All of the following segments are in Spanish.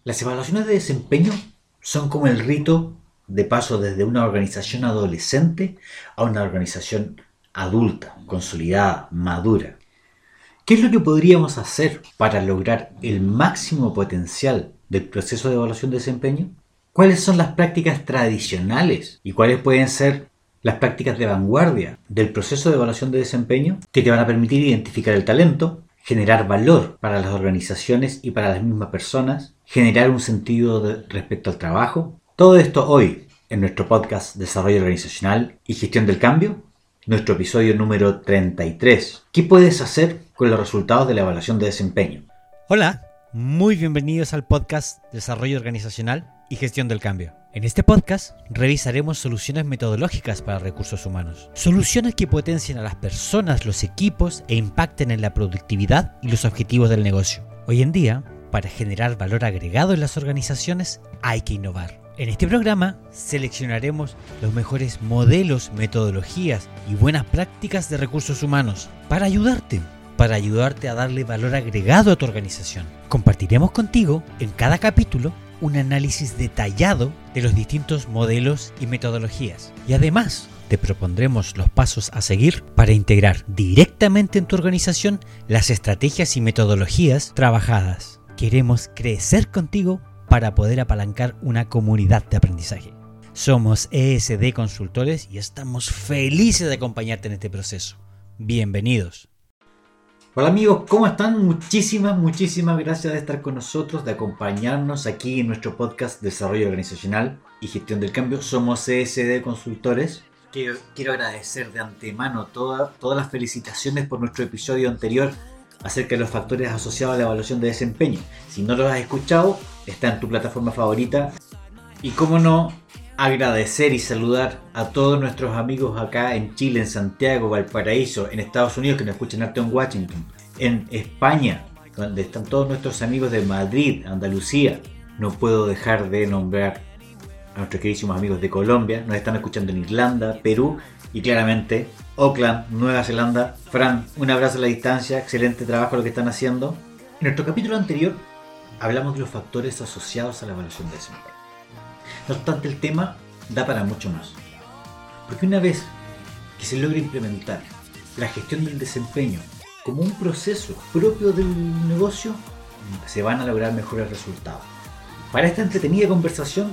Las evaluaciones de desempeño son como el rito de paso desde una organización adolescente a una organización adulta, consolidada, madura. ¿Qué es lo que podríamos hacer para lograr el máximo potencial del proceso de evaluación de desempeño? ¿Cuáles son las prácticas tradicionales y cuáles pueden ser las prácticas de vanguardia del proceso de evaluación de desempeño que te van a permitir identificar el talento, generar valor para las organizaciones y para las mismas personas, generar un sentido respecto al trabajo? Todo esto hoy en nuestro podcast Desarrollo Organizacional y Gestión del Cambio, nuestro episodio número 33. ¿Qué puedes hacer con los resultados de la evaluación de desempeño? Hola, muy bienvenidos al podcast Desarrollo Organizacional y Gestión del Cambio. En este podcast revisaremos soluciones metodológicas para recursos humanos. Soluciones que potencien a las personas, los equipos e impacten en la productividad y los objetivos del negocio. Hoy en día, para generar valor agregado en las organizaciones, hay que innovar. En este programa seleccionaremos los mejores modelos, metodologías y buenas prácticas de recursos humanos para ayudarte a darle valor agregado a tu organización. Compartiremos contigo en cada capítulo un análisis detallado de los distintos modelos y metodologías. Y además, te propondremos los pasos a seguir para integrar directamente en tu organización las estrategias y metodologías trabajadas. Queremos crecer contigo para poder apalancar una comunidad de aprendizaje. Somos ESD Consultores y estamos felices de acompañarte en este proceso. Bienvenidos. Hola amigos, ¿cómo están? Muchísimas gracias de estar con nosotros, de acompañarnos aquí en nuestro podcast Desarrollo Organizacional y Gestión del Cambio. Somos ESD Consultores. Quiero agradecer de antemano todas las felicitaciones por nuestro episodio anterior acerca de los factores asociados a la evaluación de desempeño. Si no lo has escuchado, está en tu plataforma favorita. Y cómo no, agradecer y saludar a todos nuestros amigos acá en Chile, en Santiago, Valparaíso, en Estados Unidos, que nos escuchan harto en Washington, en España, donde están todos nuestros amigos de Madrid, Andalucía. No puedo dejar de nombrar a nuestros queridísimos amigos de Colombia, nos están escuchando en Irlanda, Perú y claramente Auckland, Nueva Zelanda. Fran, un abrazo a la distancia, excelente trabajo lo que están haciendo. En nuestro capítulo anterior hablamos de los factores asociados a la evaluación de desempeño. No obstante, el tema da para mucho más, porque una vez que se logra implementar la gestión del desempeño como un proceso propio del negocio, se van a lograr mejores resultados. Para esta entretenida conversación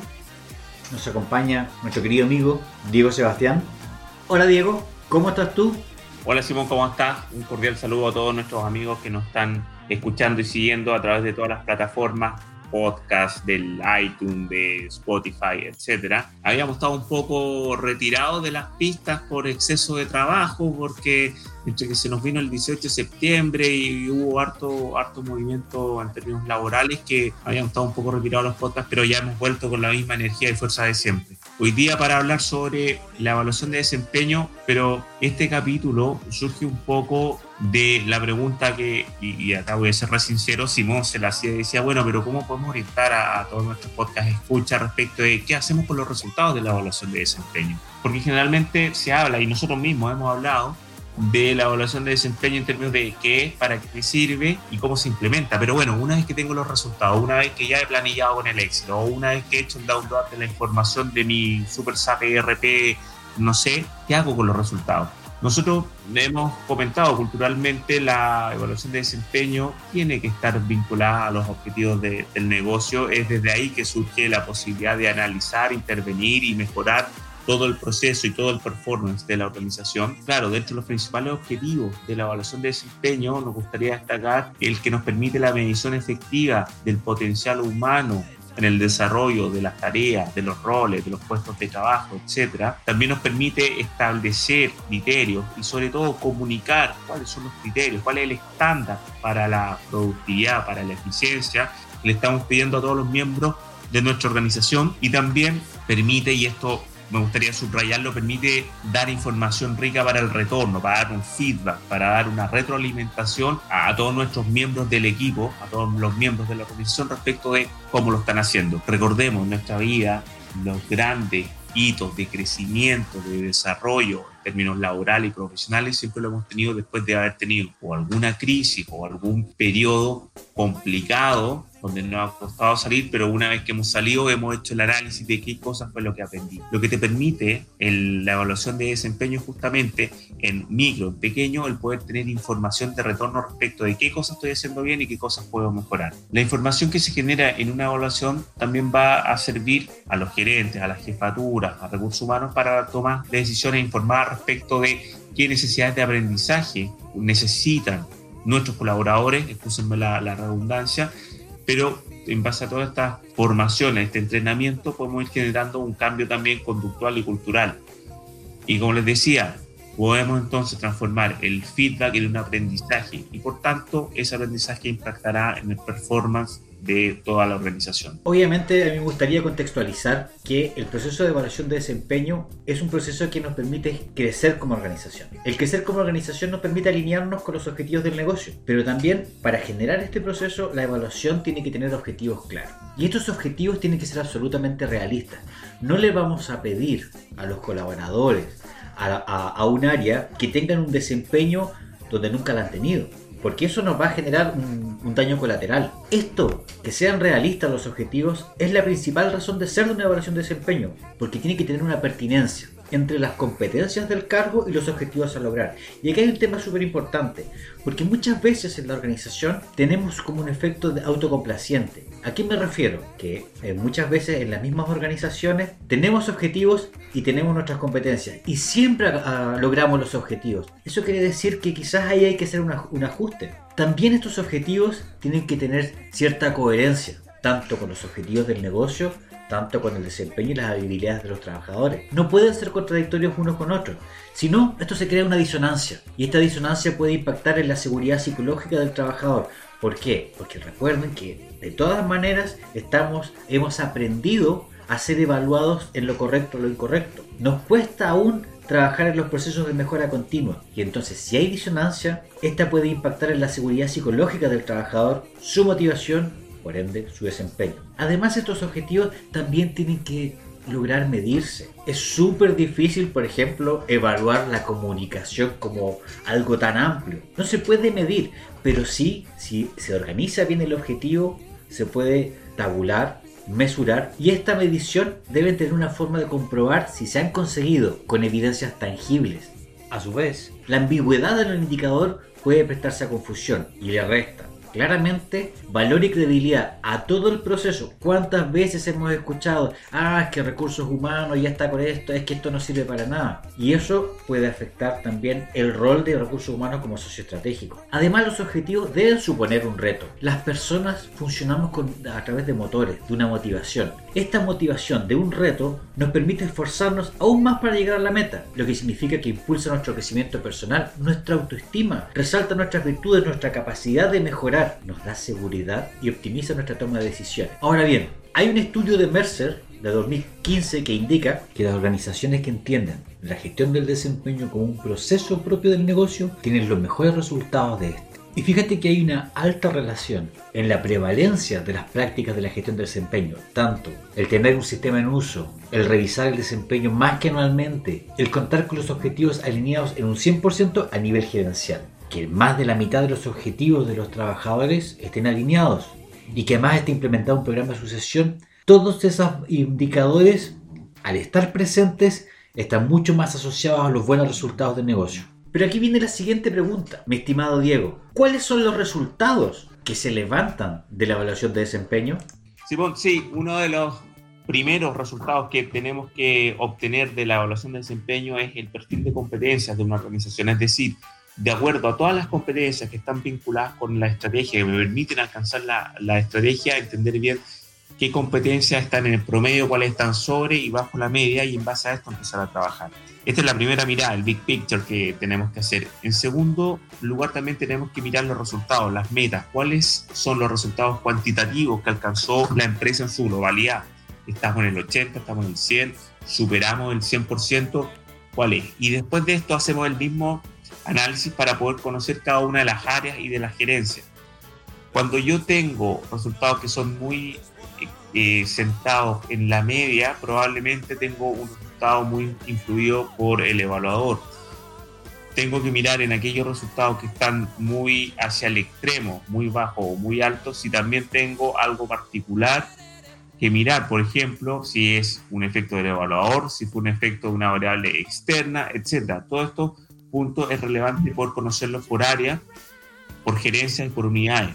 nos acompaña nuestro querido amigo Diego Sebastián. Hola Diego, ¿cómo estás tú? Hola Simón, ¿cómo estás? Un cordial saludo a todos nuestros amigos que nos están escuchando y siguiendo a través de todas las plataformas, podcast, del iTunes, de Spotify, etc. Habíamos estado un poco retirados de las pistas por exceso de trabajo, porque entre que se nos vino el 18 de septiembre y hubo harto movimiento en términos laborales, que habíamos estado un poco retirados de los podcasts, pero ya hemos vuelto con la misma energía y fuerza de siempre. Hoy día para hablar sobre la evaluación de desempeño, pero este capítulo surge un poco de la pregunta que, y acá voy a ser re sincero, Simón se la hacía y decía, bueno, pero ¿cómo podemos orientar a todos nuestros podcast escucha respecto de qué hacemos con los resultados de la evaluación de desempeño? Porque generalmente se habla, y nosotros mismos hemos hablado, de la evaluación de desempeño en términos de qué es, para qué sirve y cómo se implementa. Pero bueno, una vez que tengo los resultados, una vez que ya he planillado con el Excel, o una vez que he hecho el download de la información de mi Super SAP ERP, no sé, ¿qué hago con los resultados? Nosotros hemos comentado culturalmente la evaluación de desempeño tiene que estar vinculada a los objetivos del negocio. Es desde ahí que surge la posibilidad de analizar, intervenir y mejorar todo el proceso y todo el performance de la organización. Claro, dentro de los principales objetivos de la evaluación de desempeño nos gustaría destacar el que nos permite la medición efectiva del potencial humano en el desarrollo de las tareas, de los roles, de los puestos de trabajo, etc. También nos permite establecer criterios y sobre todo comunicar cuáles son los criterios, cuál es el estándar para la productividad, para la eficiencia que le estamos pidiendo a todos los miembros de nuestra organización. Y también permite, y esto me gustaría subrayarlo, permite dar información rica para el retorno, para dar un feedback, para dar una retroalimentación a todos nuestros miembros del equipo, a todos los miembros de la organización respecto de cómo lo están haciendo. Recordemos en nuestra vida los grandes hitos de crecimiento, de desarrollo, términos laborales y profesionales, siempre lo hemos tenido después de haber tenido o alguna crisis o algún periodo complicado donde nos ha costado salir, pero una vez que hemos salido hemos hecho el análisis de qué cosas fue lo que aprendí. Lo que te permite la evaluación de desempeño justamente en micro, en pequeño, el poder tener información de retorno respecto de qué cosas estoy haciendo bien y qué cosas puedo mejorar. La información que se genera en una evaluación también va a servir a los gerentes, a las jefaturas, a recursos humanos para tomar decisiones informadas respecto de qué necesidades de aprendizaje necesitan nuestros colaboradores, excúsenme la redundancia, pero en base a todas estas formaciones, este entrenamiento, podemos ir generando un cambio también conductual y cultural. Y como les decía, podemos entonces transformar el feedback en un aprendizaje y por tanto ese aprendizaje impactará en el performance de toda la organización. Obviamente a mí me gustaría contextualizar que el proceso de evaluación de desempeño es un proceso que nos permite crecer como organización. El crecer como organización nos permite alinearnos con los objetivos del negocio, pero también para generar este proceso la evaluación tiene que tener objetivos claros. Y estos objetivos tienen que ser absolutamente realistas. No le vamos a pedir a los colaboradores, a un área, que tengan un desempeño donde nunca lo han tenido, porque eso nos va a generar un daño colateral. Esto, que sean realistas los objetivos, es la principal razón de ser de una evaluación de desempeño, porque tiene que tener una pertinencia entre las competencias del cargo y los objetivos a lograr. Y aquí hay un tema súper importante, porque muchas veces en la organización tenemos como un efecto de autocomplaciente. ¿A qué me refiero? Que muchas veces en las mismas organizaciones tenemos objetivos y tenemos nuestras competencias y siempre logramos los objetivos. Eso quiere decir que quizás ahí hay que hacer un ajuste. También estos objetivos tienen que tener cierta coherencia, tanto con los objetivos del negocio, tanto con el desempeño y las habilidades de los trabajadores. No pueden ser contradictorios unos con otros, si no, esto se crea una disonancia, y esta disonancia puede impactar en la seguridad psicológica del trabajador. ¿Por qué? Porque recuerden que de todas maneras hemos aprendido a ser evaluados en lo correcto o lo incorrecto. Nos cuesta aún trabajar en los procesos de mejora continua, y entonces si hay disonancia, esta puede impactar en la seguridad psicológica del trabajador, su motivación, por ende su desempeño. Además, estos objetivos también tienen que lograr medirse. Es súper difícil, por ejemplo, evaluar la comunicación como algo tan amplio. No se puede medir, pero sí, si se organiza bien el objetivo, se puede tabular, mesurar, y esta medición debe tener una forma de comprobar si se han conseguido con evidencias tangibles. A su vez, la ambigüedad del indicador puede prestarse a confusión y le resta claramente valor y credibilidad a todo el proceso. ¿Cuántas veces hemos escuchado: es que recursos humanos ya está con esto, es que esto no sirve para nada? Y eso puede afectar también el rol de recursos humanos como socio estratégico. Además, los objetivos deben suponer un reto. Las personas funcionamos a través de motores, de una motivación. Esta motivación de un reto nos permite esforzarnos aún más para llegar a la meta, lo que significa que impulsa nuestro crecimiento personal, nuestra autoestima, resalta nuestras virtudes, nuestra capacidad de mejorar, nos da seguridad y optimiza nuestra toma de decisiones. Ahora bien, hay un estudio de Mercer de 2015 que indica que las organizaciones que entienden la gestión del desempeño como un proceso propio del negocio tienen los mejores resultados de este. Y fíjate que hay una alta relación en la prevalencia de las prácticas de la gestión del desempeño, tanto el tener un sistema en uso, el revisar el desempeño más que anualmente, el contar con los objetivos alineados en un 100% a nivel gerencial, que más de la mitad de los objetivos de los trabajadores estén alineados y que además esté implementado un programa de sucesión. Todos esos indicadores, al estar presentes, están mucho más asociados a los buenos resultados del negocio. Pero aquí viene la siguiente pregunta, mi estimado Diego. ¿Cuáles son los resultados que se levantan de la evaluación de desempeño? Simón, sí, uno de los primeros resultados que tenemos que obtener de la evaluación de desempeño es el perfil de competencias de una organización, es decir, de acuerdo a todas las competencias que están vinculadas con la estrategia, que me permiten alcanzar la estrategia, entender bien qué competencias están en el promedio, cuáles están sobre y bajo la media, y en base a esto empezar a trabajar. Esta es la primera mirada, el big picture que tenemos que hacer. En segundo lugar, también tenemos que mirar los resultados, las metas. ¿Cuáles son los resultados cuantitativos que alcanzó la empresa en su globalidad? Estamos en el 80, estamos en el 100, superamos el 100%, ¿cuál es? Y después de esto hacemos el mismo análisis para poder conocer cada una de las áreas y de las gerencias. Cuando yo tengo resultados que son muy centrados en la media, probablemente tengo un resultado muy influido por el evaluador. tengo que mirar en aquellos resultados que están muy hacia el extremo, muy bajo o muy alto, si también tengo algo particular que mirar, por ejemplo, si es un efecto del evaluador, si fue un efecto de una variable externa, etc. Todos estos puntos es relevante por conocerlos por área, por gerencia y por unidades.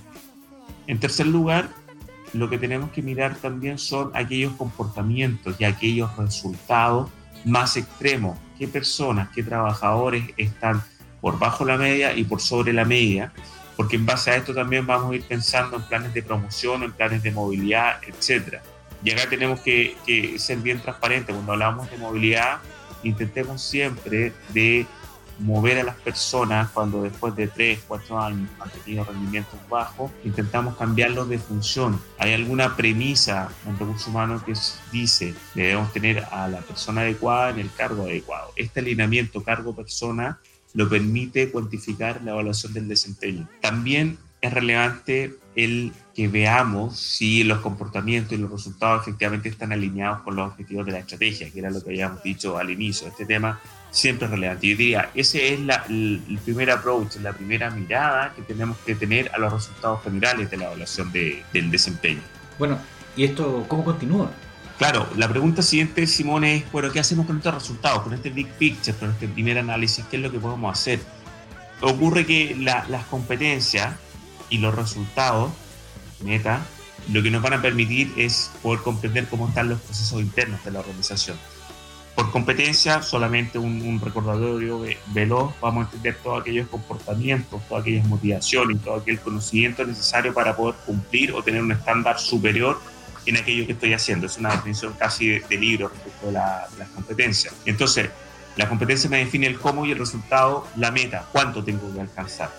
En tercer lugar, lo que tenemos que mirar también son aquellos comportamientos y aquellos resultados más extremos. ¿Qué personas, qué trabajadores están por bajo la media y por sobre la media? Porque en base a esto también vamos a ir pensando en planes de promoción, en planes de movilidad, etc. Y acá tenemos que ser bien transparentes. Cuando hablamos de movilidad, intentemos siempre de mover a las personas cuando después de 3, 4 años han tenido rendimientos bajos, intentamos cambiarlos de función. Hay alguna premisa en recursos humanos que dice que debemos tener a la persona adecuada en el cargo adecuado. Este alineamiento cargo-persona lo permite cuantificar la evaluación del desempeño. También es relevante el que veamos si los comportamientos y los resultados efectivamente están alineados con los objetivos de la estrategia, que era lo que habíamos dicho al inicio. Este tema siempre es relevante. Yo diría, ese es el primer approach, la primera mirada que tenemos que tener a los resultados generales de la evaluación del desempeño. Bueno, ¿y esto cómo continúa? Claro, la pregunta siguiente, Simón, es, bueno, ¿qué hacemos con estos resultados? Con este big picture, con este primer análisis, ¿qué es lo que podemos hacer? Ocurre que las competencias y los resultados, meta, lo que nos van a permitir es poder comprender cómo están los procesos internos de la organización. Por competencia, solamente un recordatorio veloz, vamos a entender todos aquellos comportamientos, todas aquellas motivaciones, todo aquel conocimiento necesario para poder cumplir o tener un estándar superior en aquello que estoy haciendo. Es una definición casi de libro respecto de las competencias. Entonces, la competencia me define el cómo y el resultado, la meta, cuánto tengo que alcanzar.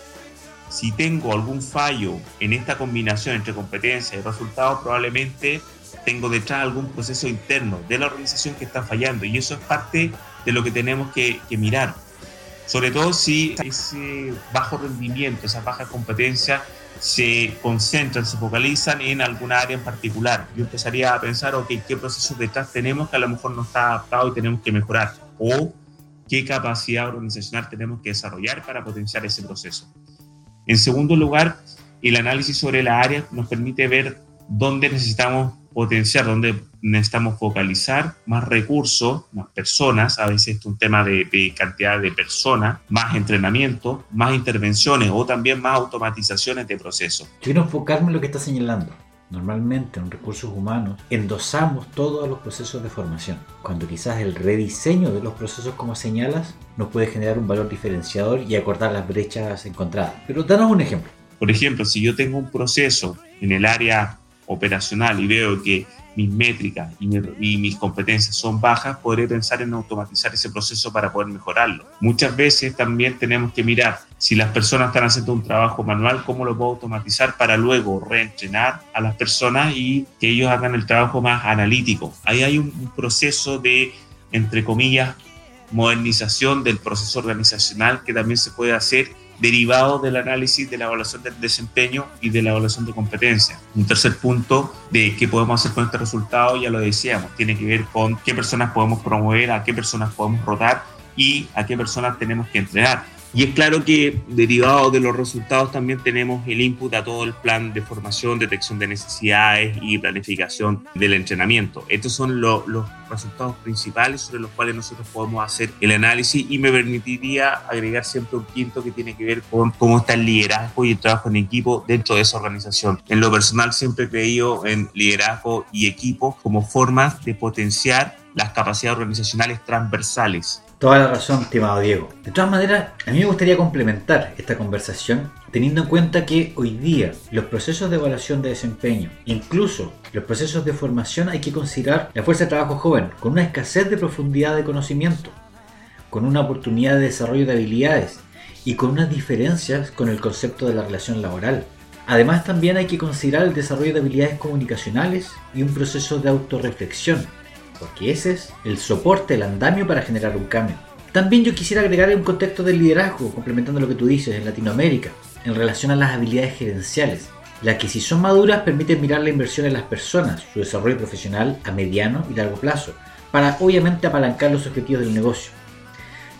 Si tengo algún fallo en esta combinación entre competencia y resultado, probablemente tengo detrás algún proceso interno de la organización que está fallando, y eso es parte de lo que tenemos que mirar. Sobre todo si ese bajo rendimiento, esa baja competencia se concentran, se focalizan en alguna área en particular. Yo empezaría a pensar, ok, ¿qué procesos detrás tenemos que a lo mejor no está adaptado y tenemos que mejorar? O qué capacidad organizacional tenemos que desarrollar para potenciar ese proceso. En segundo lugar, el análisis sobre la área nos permite ver dónde necesitamos potenciar, dónde necesitamos focalizar más recursos, más personas. A veces es un tema de cantidad de personas, más entrenamiento, más intervenciones o también más automatizaciones de procesos. Yo quiero enfocarme en lo que está señalando. Normalmente en recursos humanos endosamos todos los procesos de formación, cuando quizás el rediseño de los procesos, como señalas, nos puede generar un valor diferenciador y acortar las brechas encontradas. Pero danos un ejemplo. Por ejemplo, si yo tengo un proceso en el área operacional y veo que mis métricas y mis competencias son bajas, podré pensar en automatizar ese proceso para poder mejorarlo. Muchas veces también tenemos que mirar si las personas están haciendo un trabajo manual, cómo lo puedo automatizar para luego reentrenar a las personas y que ellos hagan el trabajo más analítico. Ahí hay un proceso de, entre comillas, modernización del proceso organizacional que también se puede hacer derivado del análisis de la evaluación del desempeño y de la evaluación de competencia. Un tercer punto de qué podemos hacer con este resultado, ya lo decíamos, tiene que ver con qué personas podemos promover, a qué personas podemos rotar y a qué personas tenemos que entrenar. Y es claro que derivado de los resultados también tenemos el input a todo el plan de formación, detección de necesidades y planificación del entrenamiento. Estos son los resultados principales sobre los cuales nosotros podemos hacer el análisis, y me permitiría agregar siempre un quinto que tiene que ver con cómo está el liderazgo y el trabajo en equipo dentro de esa organización. En lo personal siempre he creído en liderazgo y equipo como formas de potenciar las capacidades organizacionales transversales. Toda la razón, estimado Diego. De todas maneras, a mí me gustaría complementar esta conversación teniendo en cuenta que hoy día los procesos de evaluación de desempeño, incluso los procesos de formación, hay que considerar la fuerza de trabajo joven con una escasez de profundidad de conocimiento, con una oportunidad de desarrollo de habilidades y con unas diferencias con el concepto de la relación laboral. Además, también hay que considerar el desarrollo de habilidades comunicacionales y un proceso de autorreflexión, porque ese es el soporte, el andamio para generar un cambio. También yo quisiera agregar un contexto del liderazgo, complementando lo que tú dices, en Latinoamérica, en relación a las habilidades gerenciales, las que, si son maduras, permiten mirar la inversión en las personas, su desarrollo profesional a mediano y largo plazo, para obviamente apalancar los objetivos del negocio.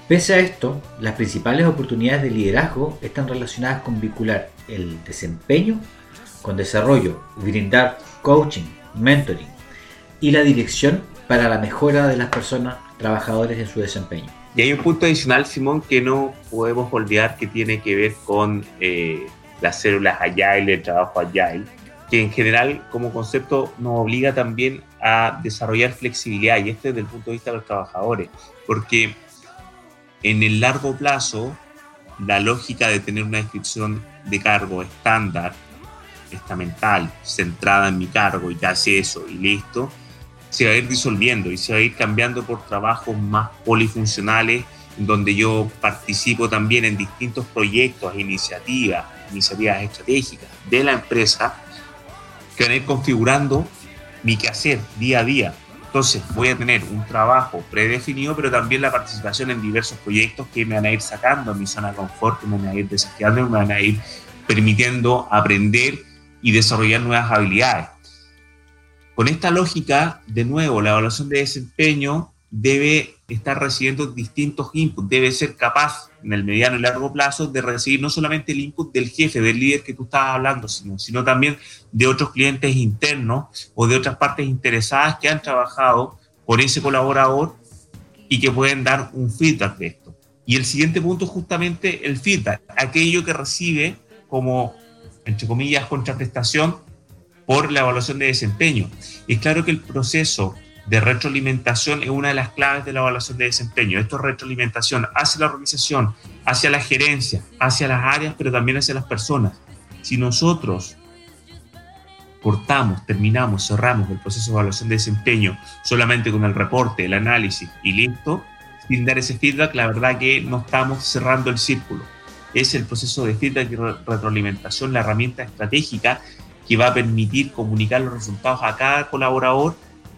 Pese a esto, las principales oportunidades de liderazgo están relacionadas con vincular el desempeño con desarrollo, brindar coaching, mentoring y la dirección para la mejora de las personas trabajadores en su desempeño. Y hay un punto adicional, Simón, que no podemos olvidar, que tiene que ver con las células Agile, el trabajo Agile, que en general como concepto nos obliga también a desarrollar flexibilidad, y este desde el punto de vista de los trabajadores, porque en el largo plazo la lógica de tener una descripción de cargo estándar, estamental, centrada en mi cargo y ya sé eso y listo, se va a ir disolviendo y se va a ir cambiando por trabajos más polifuncionales, donde yo participo también en distintos proyectos, iniciativas estratégicas de la empresa que van a ir configurando mi quehacer día a día. Entonces voy a tener un trabajo predefinido, pero también la participación en diversos proyectos que me van a ir sacando de mi zona de confort, que me van a ir desafiando, me van a ir permitiendo aprender y desarrollar nuevas habilidades. Con esta lógica, de nuevo, la evaluación de desempeño debe estar recibiendo distintos inputs, debe ser capaz en el mediano y largo plazo de recibir no solamente el input del jefe, del líder que tú estabas hablando, sino también de otros clientes internos o de otras partes interesadas que han trabajado con ese colaborador y que pueden dar un feedback de esto. Y el siguiente punto es justamente el feedback, aquello que recibe como, entre comillas, contraprestación por la evaluación de desempeño. Y es claro que el proceso de retroalimentación es una de las claves de la evaluación de desempeño. Esto es retroalimentación hacia la organización, hacia la gerencia, hacia las áreas, pero también hacia las personas. Si nosotros cortamos, terminamos, cerramos el proceso de evaluación de desempeño solamente con el reporte, el análisis y listo, sin dar ese feedback, la verdad que no estamos cerrando el círculo. Es el proceso de feedback y retroalimentación, la herramienta estratégica que va a permitir comunicar los resultados a cada colaborador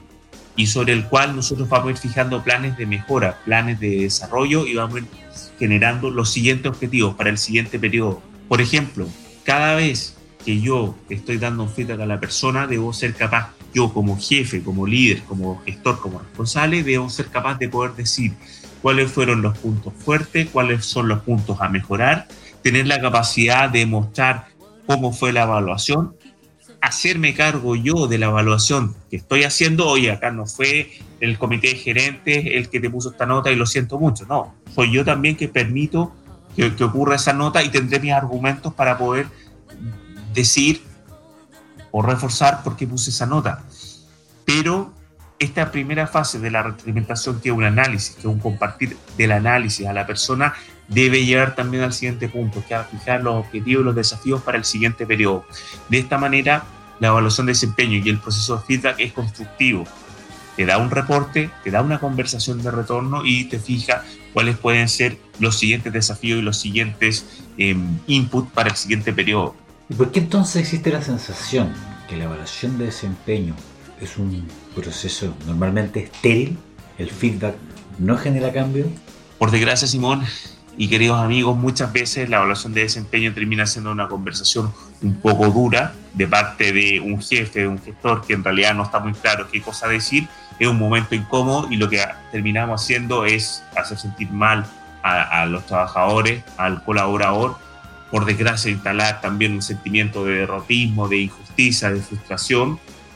y sobre el cual nosotros vamos a ir fijando planes de mejora, planes de desarrollo y vamos a ir generando los siguientes objetivos para el siguiente periodo. Por ejemplo, cada vez que yo estoy dando un feedback a la persona, debo ser capaz, yo como jefe, como líder, como gestor, como responsable, debo ser capaz de poder decir cuáles fueron los puntos fuertes, cuáles son los puntos a mejorar, tener la capacidad de mostrar cómo fue la evaluación, hacerme cargo yo de la evaluación que estoy haciendo. Oye, acá no fue el comité de gerentes el que te puso esta nota y lo siento mucho. No, soy yo también que permito que ocurra esa nota y tendré mis argumentos para poder decir o reforzar por qué puse esa nota. Pero esta primera fase de la retroalimentación, que es un análisis, que es un compartir del análisis a la persona, debe llevar también al siguiente punto, que es fijar los objetivos y los desafíos para el siguiente periodo. De esta manera, la evaluación de desempeño y el proceso de feedback es constructivo. Te da un reporte, te da una conversación de retorno y te fija cuáles pueden ser los siguientes desafíos y los siguientes inputs para el siguiente periodo. ¿Y por qué entonces existe la sensación que la evaluación de desempeño es un proceso normalmente estéril? ¿El feedback no genera cambio? Por desgracia, Simón y queridos amigos, muchas veces la evaluación de desempeño termina siendo una conversación un poco dura de parte de un jefe, de un gestor que en realidad no está muy claro qué cosa decir. Es un momento incómodo y lo que terminamos haciendo es hacer sentir mal a los trabajadores, al colaborador. Por desgracia, instalar también un sentimiento de derrotismo, de injusticia, de frustración,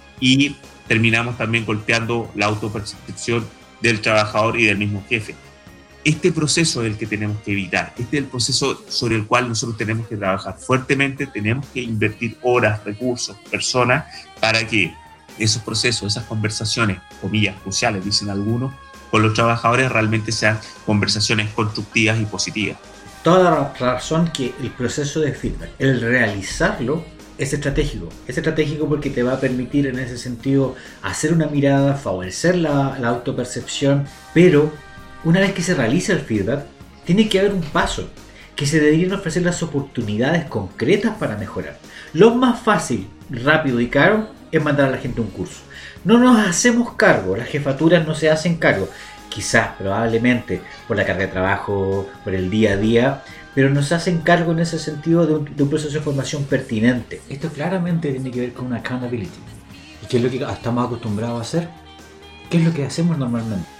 y terminamos también golpeando la autopercepción del trabajador y del mismo jefe. Este proceso es el que tenemos que evitar. Este es el proceso sobre el cual nosotros tenemos que trabajar fuertemente, tenemos que invertir horas, recursos, personas, para que esos procesos, esas conversaciones, comillas, cruciales, dicen algunos, con los trabajadores realmente sean conversaciones constructivas y positivas. Toda la razón que el proceso de feedback, el realizarlo, es estratégico. Es estratégico porque te va a permitir en ese sentido hacer una mirada, favorecer la autopercepción, pero una vez que se realiza el feedback, tiene que haber un paso, que se deberían ofrecer las oportunidades concretas para mejorar. Lo más fácil, rápido y caro es mandar a la gente a un curso. No nos hacemos cargo, las jefaturas no se hacen cargo. Quizás, probablemente, por la carga de trabajo, por el día a día, pero nos hacen cargo en ese sentido de un proceso de formación pertinente. Esto claramente tiene que ver con una accountability. ¿Y qué es lo que estamos acostumbrados a hacer? ¿Qué es lo que hacemos normalmente?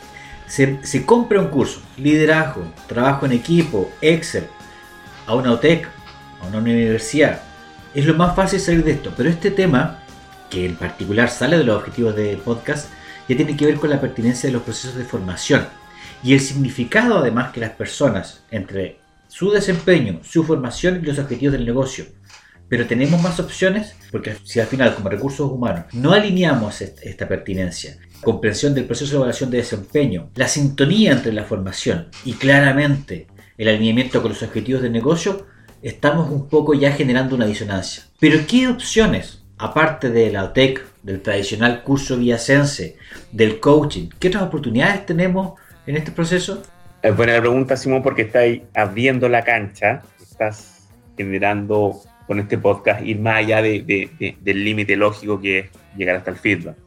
se compra un curso, liderazgo, trabajo en equipo, Excel, a una UTEC, a una universidad, es lo más fácil salir de esto. Pero este tema, que en particular sale de los objetivos de podcast, ya tiene que ver con la pertinencia de los procesos de formación y el significado además que las personas entre su desempeño, su formación y los objetivos del negocio. Pero tenemos más opciones, porque si al final como recursos humanos no alineamos esta pertinencia, comprensión del proceso de evaluación de desempeño, la sintonía entre la formación y claramente el alineamiento con los objetivos del negocio, estamos un poco ya generando una disonancia. Pero ¿qué opciones, aparte de la OTEC, del tradicional curso villacense, del coaching, qué otras oportunidades tenemos en este proceso? Buena pregunta, Simón, porque estás abriendo la cancha, estás generando con este podcast ir más allá del límite lógico que es llegar hasta el feedback.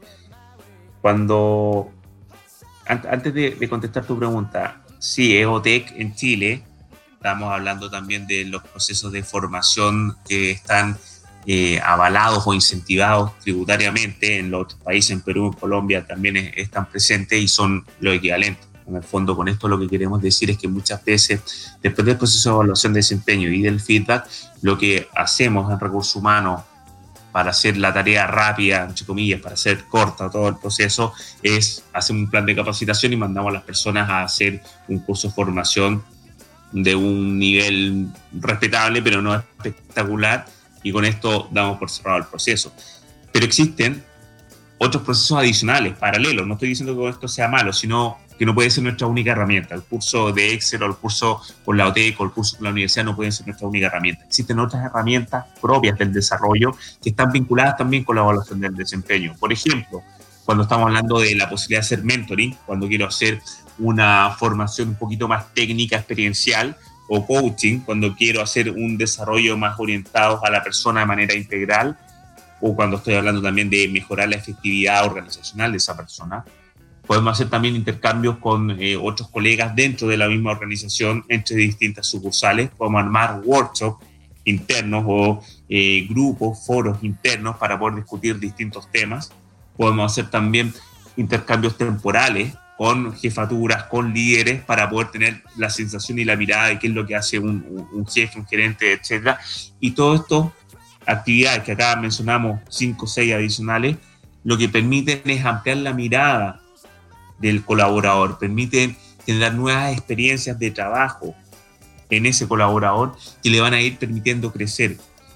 Antes de contestar tu pregunta, sí, EOTEC en Chile, estamos hablando también de los procesos de formación que están avalados o incentivados tributariamente en los otros países, en Perú, en Colombia también están presentes y son lo equivalente. En el fondo, con esto lo que queremos decir es que muchas veces, después del proceso de evaluación de desempeño y del feedback, lo que hacemos en recursos humanos para hacer la tarea rápida, entre comillas, para hacer corta todo el proceso, es hacer un plan de capacitación y mandamos a las personas a hacer un curso de formación de un nivel respetable, pero no espectacular, y con esto damos por cerrado el proceso. Pero existen otros procesos adicionales, paralelos. No estoy diciendo que esto sea malo, sino que no puede ser nuestra única herramienta. El curso de Excel o el curso con la OTEC o el curso con la universidad no pueden ser nuestra única herramienta. Existen otras herramientas propias del desarrollo que están vinculadas también con la evaluación del desempeño. Por ejemplo, cuando estamos hablando de la posibilidad de hacer mentoring, cuando quiero hacer una formación un poquito más técnica, experiencial, o coaching, cuando quiero hacer un desarrollo más orientado a la persona de manera integral, o cuando estoy hablando también de mejorar la efectividad organizacional de esa persona. Podemos hacer también intercambios con otros colegas dentro de la misma organización, entre distintas sucursales. Podemos armar workshops internos o grupos, foros internos para poder discutir distintos temas. Podemos hacer también intercambios temporales con jefaturas, con líderes, para poder tener la sensación y la mirada de qué es lo que hace un jefe, un gerente, etc. Y todo esto, actividades que acá mencionamos, 5 o 6 adicionales, lo que permiten es ampliar la mirada del colaborador, permiten generar nuevas experiencias de trabajo en ese colaborador que le van a ir permitiendo crecer.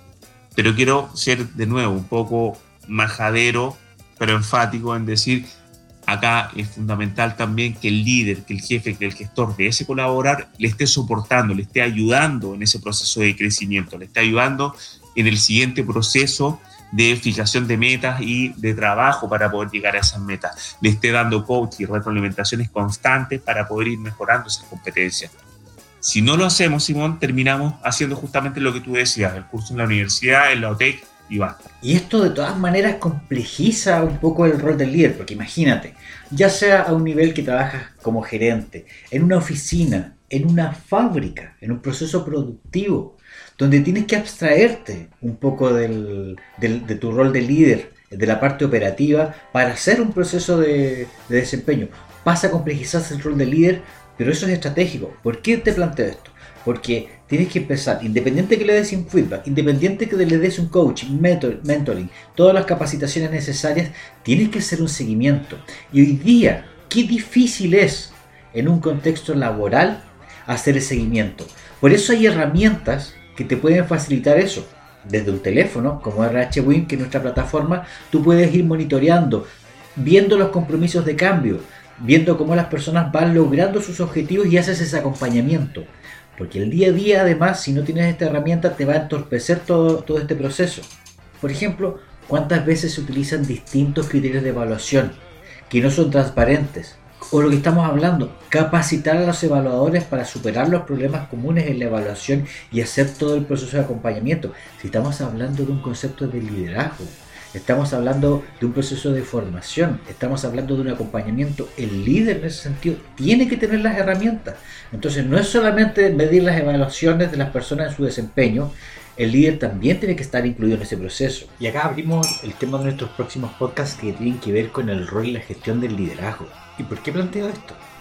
Pero quiero ser de nuevo un poco majadero, pero enfático en decir, acá es fundamental también que el líder, que el jefe, que el gestor de ese colaborador le esté soportando, le esté ayudando en ese proceso de crecimiento, le esté ayudando en el siguiente proceso de fijación de metas y de trabajo para poder llegar a esas metas, le esté dando coaching y retroalimentaciones constantes para poder ir mejorando esas competencias. Si no lo hacemos, Simón, terminamos haciendo justamente lo que tú decías, el curso en la universidad, en la OTEC, y basta. Y esto de todas maneras complejiza un poco el rol del líder, porque imagínate, ya sea a un nivel que trabajas como gerente, en una oficina, en una fábrica, en un proceso productivo, donde tienes que abstraerte un poco de tu rol de líder, de la parte operativa, para hacer un proceso de desempeño. Pasa a complejizarse el rol de líder, pero eso es estratégico. ¿Por qué te planteo esto? Porque tienes que empezar, independiente que le des un feedback, independiente que le des un coaching, mentoring, todas las capacitaciones necesarias, tienes que hacer un seguimiento. Y hoy día, qué difícil es en un contexto laboral hacer el seguimiento. Por eso hay herramientas que te pueden facilitar eso. Desde un teléfono, como RH-Win, que es nuestra plataforma, tú puedes ir monitoreando, viendo los compromisos de cambio, viendo cómo las personas van logrando sus objetivos y haces ese acompañamiento. Porque el día a día, además, si no tienes esta herramienta, te va a entorpecer todo este proceso. Por ejemplo, ¿cuántas veces se utilizan distintos criterios de evaluación que no son transparentes? O lo que estamos hablando, capacitar a los evaluadores para superar los problemas comunes en la evaluación y hacer todo el proceso de acompañamiento. Si estamos hablando de un concepto de liderazgo, estamos hablando de un proceso de formación, estamos hablando de un acompañamiento, el líder en ese sentido tiene que tener las herramientas. Entonces no es solamente medir las evaluaciones de las personas en su desempeño, el líder también tiene que estar incluido en ese proceso. Y acá abrimos el tema de nuestros próximos podcasts que tienen que ver con el rol y la gestión del liderazgo. ¿Y por qué planteo esto?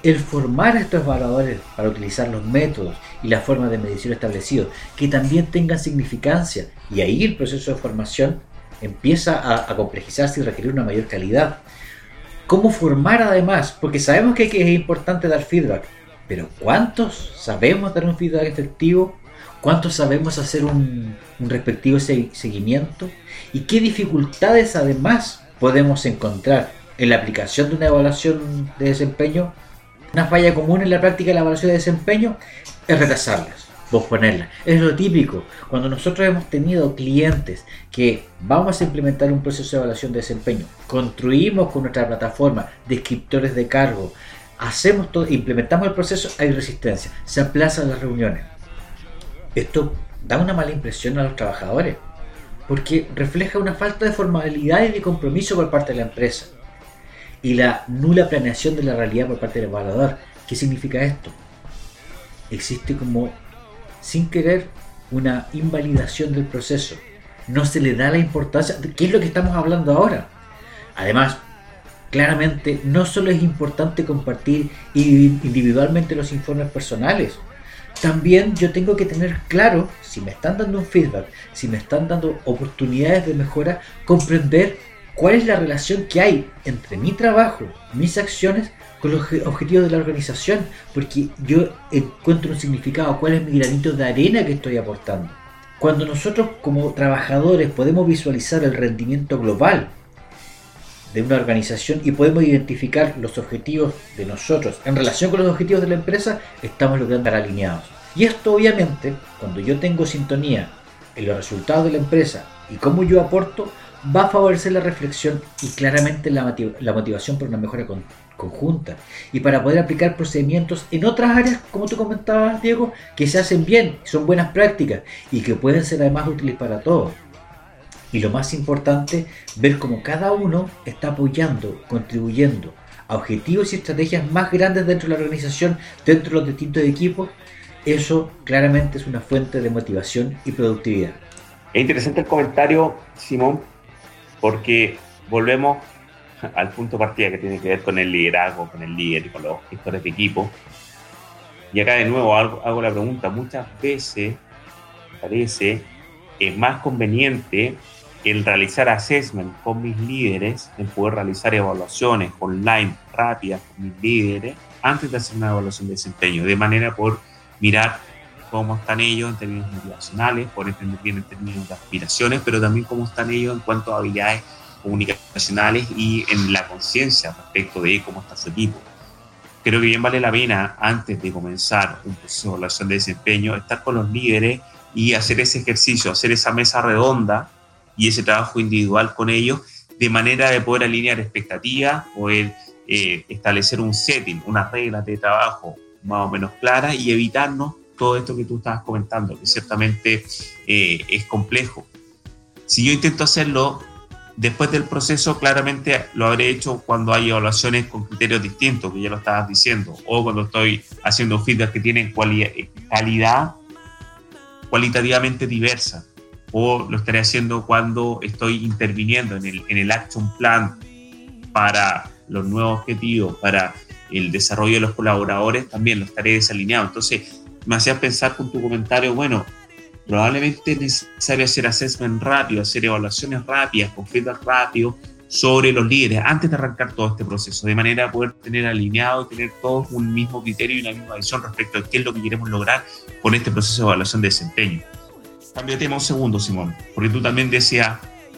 el formar a estos evaluadores para utilizar los métodos y las formas de medición establecidos que también tengan significancia, y ahí el proceso de formación empieza a complejizarse y requerir una mayor calidad. ¿Cómo formar además? Porque sabemos que es importante dar feedback, pero ¿cuántos sabemos dar un feedback efectivo? ¿Cuántos sabemos hacer un respectivo seguimiento? ¿Y qué dificultades además podemos encontrar en la aplicación de una evaluación de desempeño? Una falla común en la práctica de la evaluación de desempeño es retrasarlas, posponerlas. Es lo típico. Cuando nosotros hemos tenido clientes que vamos a implementar un proceso de evaluación de desempeño, construimos con nuestra plataforma descriptores de cargo, hacemos todo, implementamos el proceso, hay resistencia, se aplazan las reuniones. Esto da una mala impresión a los trabajadores, porque refleja una falta de formalidad y de compromiso por parte de la empresa. Y la nula planeación de la realidad por parte del evaluador. ¿Qué significa esto? Existe como, sin querer, una invalidación del proceso. No se le da la importancia. ¿Qué es lo que estamos hablando ahora? Además, claramente, no solo es importante compartir individualmente los informes personales. También yo tengo que tener claro, si me están dando un feedback, si me están dando oportunidades de mejora, comprender cuál es la relación que hay entre mi trabajo, mis acciones, con los objetivos de la organización, porque yo encuentro un significado, cuál es mi granito de arena que estoy aportando. Cuando nosotros como trabajadores podemos visualizar el rendimiento global de una organización y podemos identificar los objetivos de nosotros en relación con los objetivos de la empresa, estamos logrando estar alineados. Y esto obviamente, cuando yo tengo sintonía en los resultados de la empresa y cómo yo aporto, va a favorecer la reflexión y claramente la motivación por una mejora conjunta, y para poder aplicar procedimientos en otras áreas, como tú comentabas, Diego, que se hacen bien, son buenas prácticas y que pueden ser además útiles para todos. Y lo más importante, ver cómo cada uno está apoyando, contribuyendo a objetivos y estrategias más grandes dentro de la organización, dentro de los distintos equipos. Eso claramente es una fuente de motivación y productividad. Es interesante el comentario, Simón, porque volvemos al punto de partida que tiene que ver con el liderazgo, con el líder y con los gestores de equipo. Y acá de nuevo hago la pregunta, muchas veces parece es más conveniente el realizar assessment con mis líderes, el poder realizar evaluaciones online rápidas con mis líderes antes de hacer una evaluación de desempeño, de manera por mirar cómo están ellos en términos motivacionales, por entender bien en términos de aspiraciones, pero también cómo están ellos en cuanto a habilidades comunicacionales y en la conciencia respecto de cómo está su equipo. Creo que bien vale la pena, antes de comenzar un proceso de evaluación de desempeño, estar con los líderes y hacer ese ejercicio, hacer esa mesa redonda y ese trabajo individual con ellos, de manera de poder alinear expectativas, poder establecer un setting, unas reglas de trabajo más o menos claras y evitarnos todo esto que tú estabas comentando, que ciertamente es complejo. Si yo intento hacerlo después del proceso, claramente lo habré hecho cuando hay evaluaciones con criterios distintos, que ya lo estabas diciendo, o cuando estoy haciendo feedback que tienen calidad cualitativamente diversa, o lo estaré haciendo cuando estoy interviniendo en el action plan para los nuevos objetivos, para el desarrollo de los colaboradores, también lo estaré desalineado. Entonces, me hacías pensar con tu comentario, bueno, probablemente es necesario hacer assessment rápido, hacer evaluaciones rápidas, con feedback rápido sobre los líderes antes de arrancar todo este proceso, de manera a poder tener alineado y tener todos un mismo criterio y una misma visión respecto a qué es lo que queremos lograr con este proceso de evaluación de desempeño. Cambio de tema un segundo, Simón, porque tú también decías,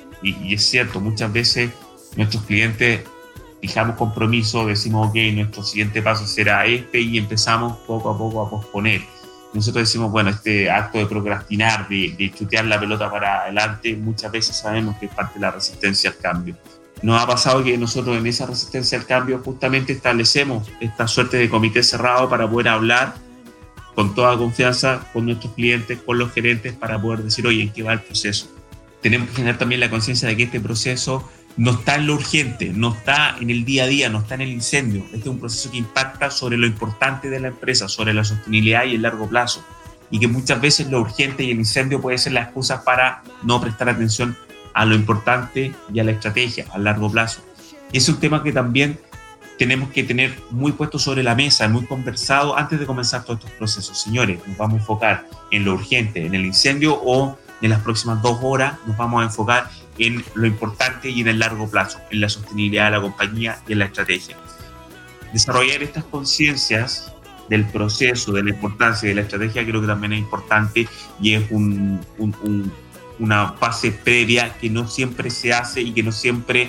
y es cierto, muchas veces nuestros clientes fijamos compromiso, decimos, ok, nuestro siguiente paso será este y empezamos poco a poco a posponer. Nosotros decimos, bueno, este acto de procrastinar, de chutear la pelota para adelante, muchas veces sabemos que es parte de la resistencia al cambio. Nos ha pasado que nosotros en esa resistencia al cambio justamente establecemos esta suerte de comité cerrado para poder hablar con toda confianza con nuestros clientes, con los gerentes, para poder decir, oye, ¿en qué va el proceso? Tenemos que generar también la conciencia de que este proceso no está en lo urgente, no está en el día a día, no está en el incendio. Este es un proceso que impacta sobre lo importante de la empresa, sobre la sostenibilidad y el largo plazo. Y que muchas veces lo urgente y el incendio puede ser la excusa para no prestar atención a lo importante y a la estrategia a largo plazo. Y es un tema que también tenemos que tener muy puesto sobre la mesa, muy conversado antes de comenzar todos estos procesos. Señores, nos vamos a enfocar en lo urgente, en el incendio, o en las próximas 2 horas nos vamos a enfocar en lo importante y en el largo plazo, en la sostenibilidad de la compañía y en la estrategia. Desarrollar estas conciencias del proceso, de la importancia de la estrategia, creo que también es importante y es una fase previa que no siempre se hace y que no siempre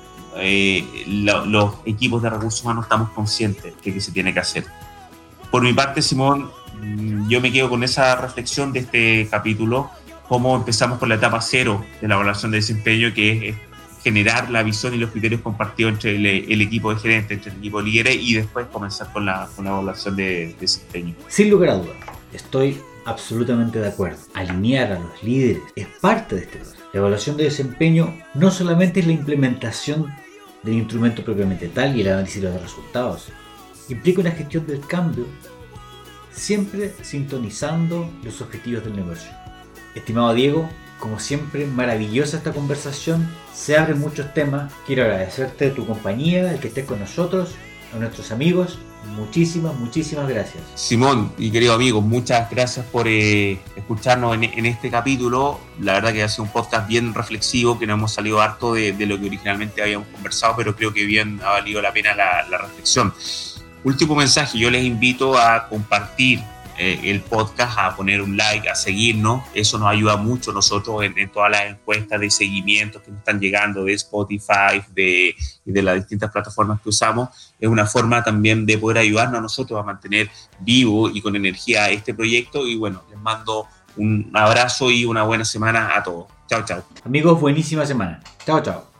los equipos de recursos humanos estamos conscientes de que se tiene que hacer. Por mi parte, Simón, yo me quedo con esa reflexión de este capítulo, cómo empezamos con la etapa 0 de la evaluación de desempeño, que es generar la visión y los criterios compartidos entre el equipo de gerentes, entre el equipo de líderes, y después comenzar con la evaluación de desempeño. Sin lugar a dudas, estoy absolutamente de acuerdo. Alinear a los líderes es parte de este proceso. La evaluación de desempeño no solamente es la implementación del instrumento propiamente tal y el análisis de los resultados, implica una gestión del cambio, siempre sintonizando los objetivos del negocio. Estimado Diego, como siempre, maravillosa esta conversación, se abren muchos temas. Quiero agradecerte tu compañía, el que estés con nosotros, a nuestros amigos. Muchísimas gracias. Simón y querido amigo, muchas gracias por escucharnos en este capítulo. La verdad que ha sido un podcast bien reflexivo, que nos hemos salido harto de lo que originalmente habíamos conversado, pero creo que bien ha valido la pena la reflexión. Último mensaje, yo les invito a compartir el podcast, a poner un like, a seguirnos. Eso nos ayuda mucho nosotros en todas las encuestas de seguimiento que nos están llegando de Spotify y de las distintas plataformas que usamos. Es una forma también de poder ayudarnos a nosotros a mantener vivo y con energía este proyecto. Y bueno, les mando un abrazo y una buena semana a todos. Chao. Amigos, buenísima semana. Chao.